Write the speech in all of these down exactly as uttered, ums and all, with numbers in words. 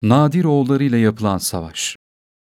Nadiroğulları ile yapılan savaş.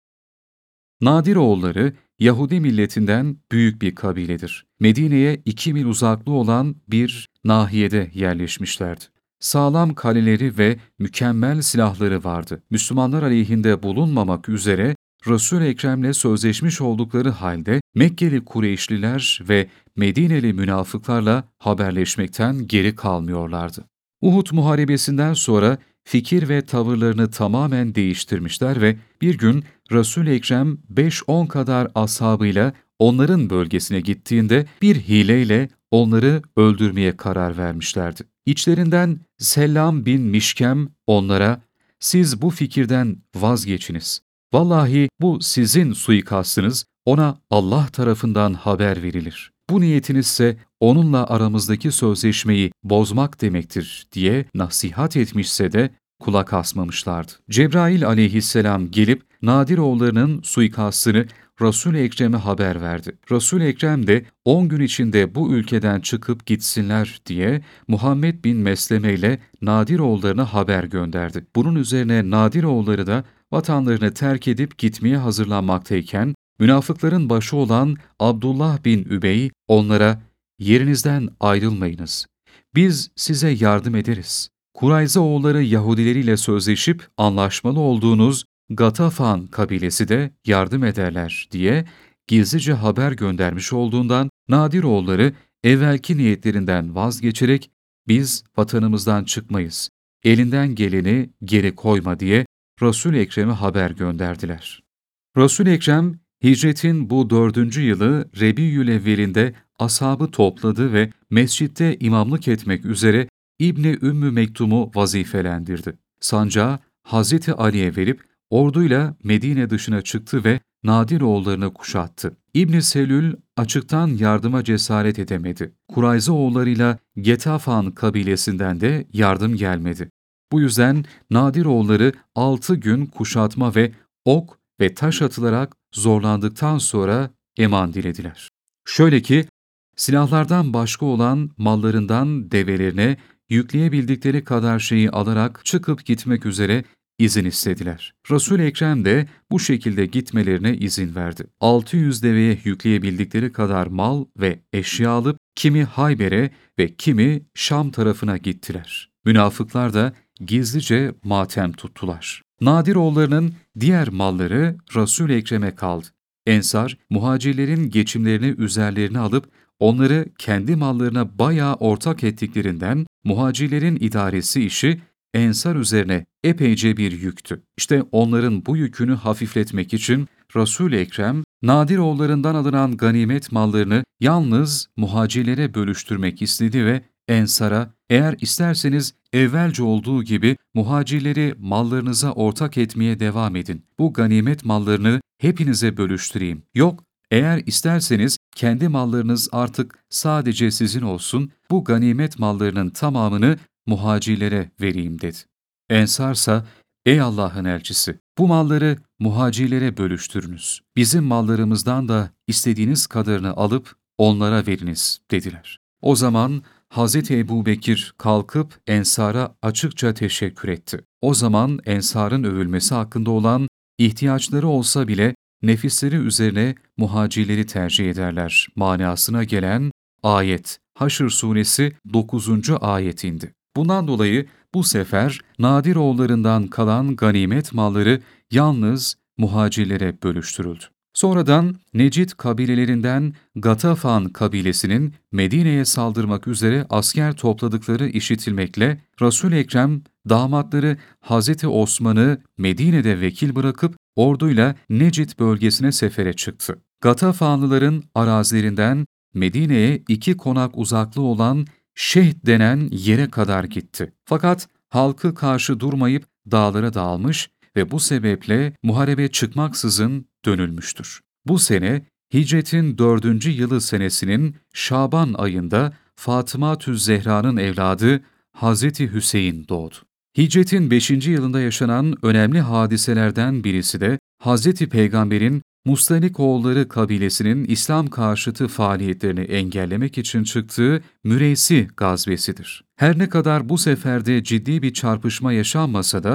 Nadiroğulları, Yahudi milletinden büyük bir kabiledir. Medine'ye iki mil uzaklığı olan bir nahiyede yerleşmişlerdi. Sağlam kaleleri ve mükemmel silahları vardı. Müslümanlar aleyhinde bulunmamak üzere Resul-i Ekrem'le sözleşmiş oldukları halde Mekkeli Kureyşliler ve Medineli münafıklarla haberleşmekten geri kalmıyorlardı. Uhud Muharebesi'nden sonra fikir ve tavırlarını tamamen değiştirmişler ve bir gün Resul-i Ekrem beş on kadar ashabıyla onların bölgesine gittiğinde bir hileyle onları öldürmeye karar vermişlerdi. İçlerinden Sellam bin Mişkem onlara, "Siz bu fikirden vazgeçiniz. Vallahi bu sizin suikastınız, ona Allah tarafından haber verilir. Bu niyetinizse onunla aramızdaki sözleşmeyi bozmak demektir," diye nasihat etmişse de kulak asmamışlardı. Cebrail aleyhisselam gelip Nadiroğullarının suikastını Resul-i Ekrem'e haber verdi. Resul-i Ekrem de on gün içinde bu ülkeden çıkıp gitsinler diye Muhammed bin Mesleme ile Nadiroğullarına haber gönderdi. Bunun üzerine Nadiroğulları da vatanlarını terk edip gitmeye hazırlanmaktayken, münafıkların başı olan Abdullah bin Übey onlara, "Yerinizden ayrılmayınız. Biz size yardım ederiz. Kurayza oğulları Yahudileriyle sözleşip anlaşmalı olduğunuz Gatafan kabilesi de yardım ederler," diye gizlice haber göndermiş olduğundan Nadiroğulları evvelki niyetlerinden vazgeçerek, "Biz vatanımızdan çıkmayız, elinden geleni geri koyma," diye Resul-i Ekrem'e haber gönderdiler. Resul-i Ekrem, hicretin bu dördüncü yılı Rebiyülevvel'inde ashabı topladı ve mescitte imamlık etmek üzere İbni Ümmü Mektum'u vazifelendirdi. Sancağı Hazreti Ali'ye verip orduyla Medine dışına çıktı ve Nadiroğullarını kuşattı. İbn-i Selül açıktan yardıma cesaret edemedi. Kurayza oğullarıyla Getafan kabilesinden de yardım gelmedi. Bu yüzden Nadiroğulları altı gün kuşatma ve ok ve taş atılarak zorlandıktan sonra eman dilediler. Şöyle ki, silahlardan başka olan mallarından develerine yükleyebildikleri kadar şeyi alarak çıkıp gitmek üzere izin istediler. Resul-i Ekrem de bu şekilde gitmelerine izin verdi. altı yüz deveye yükleyebildikleri kadar mal ve eşya alıp kimi Hayber'e ve kimi Şam tarafına gittiler. Münafıklar da gizlice matem tuttular. Nadiroğullarının diğer malları Resul-i Ekrem'e kaldı. Ensar, muhacirlerin geçimlerini üzerlerine alıp onları kendi mallarına bayağı ortak ettiklerinden muhacirlerin idaresi işi Ensar üzerine epeyce bir yüktü. İşte onların bu yükünü hafifletmek için Resul-i Ekrem, Nadiroğullarından alınan ganimet mallarını yalnız muhacirlere bölüştürmek istedi ve Ensar'a, "Eğer isterseniz evvelce olduğu gibi muhacirleri mallarınıza ortak etmeye devam edin. Bu ganimet mallarını hepinize bölüştüreyim. Yok, eğer isterseniz kendi mallarınız artık sadece sizin olsun, bu ganimet mallarının tamamını muhacirlere vereyim," dedi. Ensarsa, "Ey Allah'ın elçisi, bu malları muhacirlere bölüştürünüz. Bizim mallarımızdan da istediğiniz kadarını alıp onlara veriniz," dediler. O zaman Hazreti Ebubekir kalkıp Ensar'a açıkça teşekkür etti. O zaman Ensar'ın övülmesi hakkında olan ihtiyaçları olsa bile nefisleri üzerine muhacirleri tercih ederler manasına gelen ayet Haşr suresi dokuzuncu ayet indi. Bundan dolayı bu sefer Nadiroğullarından kalan ganimet malları yalnız muhacirlere bölüştürüldü. Sonradan Necid kabilelerinden Gatafan kabilesinin Medine'ye saldırmak üzere asker topladıkları işitilmekle Resul-i Ekrem damatları Hazreti Osman'ı Medine'de vekil bırakıp orduyla Necid bölgesine sefere çıktı. Gatafanlıların arazilerinden Medine'ye iki konak uzaklığı olan Şehd denen yere kadar gitti. Fakat halkı karşı durmayıp dağlara dağılmış ve bu sebeple muharebe çıkmaksızın dönülmüştür. Bu sene hicretin dördüncü yılı senesinin Şaban ayında Fatıma-tüz Zehra'nın evladı Hazreti Hüseyin doğdu. Hicretin beşinci yılında yaşanan önemli hadiselerden birisi de Hazreti Peygamber'in Mustalikoğulları kabilesinin İslam karşıtı faaliyetlerini engellemek için çıktığı Müreysi gazvesidir. Her ne kadar bu seferde ciddi bir çarpışma yaşanmasa da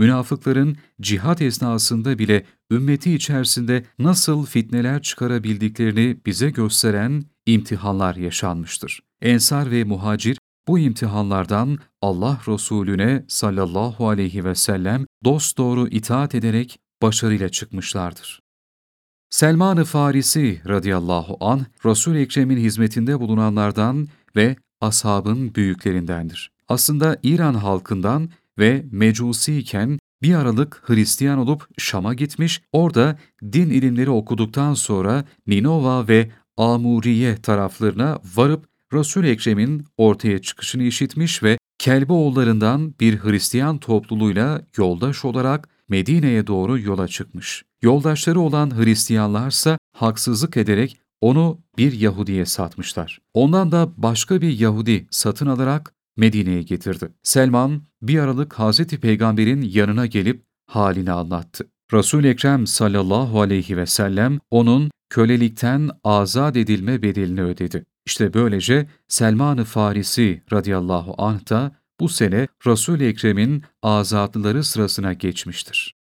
Münafıkların cihat esnasında bile ümmeti içerisinde nasıl fitneler çıkarabildiklerini bize gösteren imtihanlar yaşanmıştır. Ensar ve muhacir bu imtihanlardan Allah Resulüne sallallahu aleyhi ve sellem dosdoğru itaat ederek başarıyla çıkmışlardır. Selman-ı Farisi radıyallahu anh, Resul-i Ekrem'in hizmetinde bulunanlardan ve ashabın büyüklerindendir. Aslında İran halkından ve mecusi iken bir aralık Hristiyan olup Şam'a gitmiş, orada din ilimleri okuduktan sonra Ninova ve Amuriye taraflarına varıp Resul-i Ekrem'in ortaya çıkışını işitmiş ve Kelbeoğullarından bir Hristiyan topluluğuyla yoldaş olarak Medine'ye doğru yola çıkmış. Yoldaşları olan Hristiyanlarsa haksızlık ederek onu bir Yahudi'ye satmışlar. Ondan da başka bir Yahudi satın alarak Medine'ye getirdi. Selman bir aralık Hazreti Peygamber'in yanına gelip halini anlattı. Resul-i Ekrem sallallahu aleyhi ve sellem onun kölelikten azat edilme bedelini ödedi. İşte böylece Selman-ı Farisi radıyallahu anh da bu sene Resul-i Ekrem'in azatlıları sırasına geçmiştir.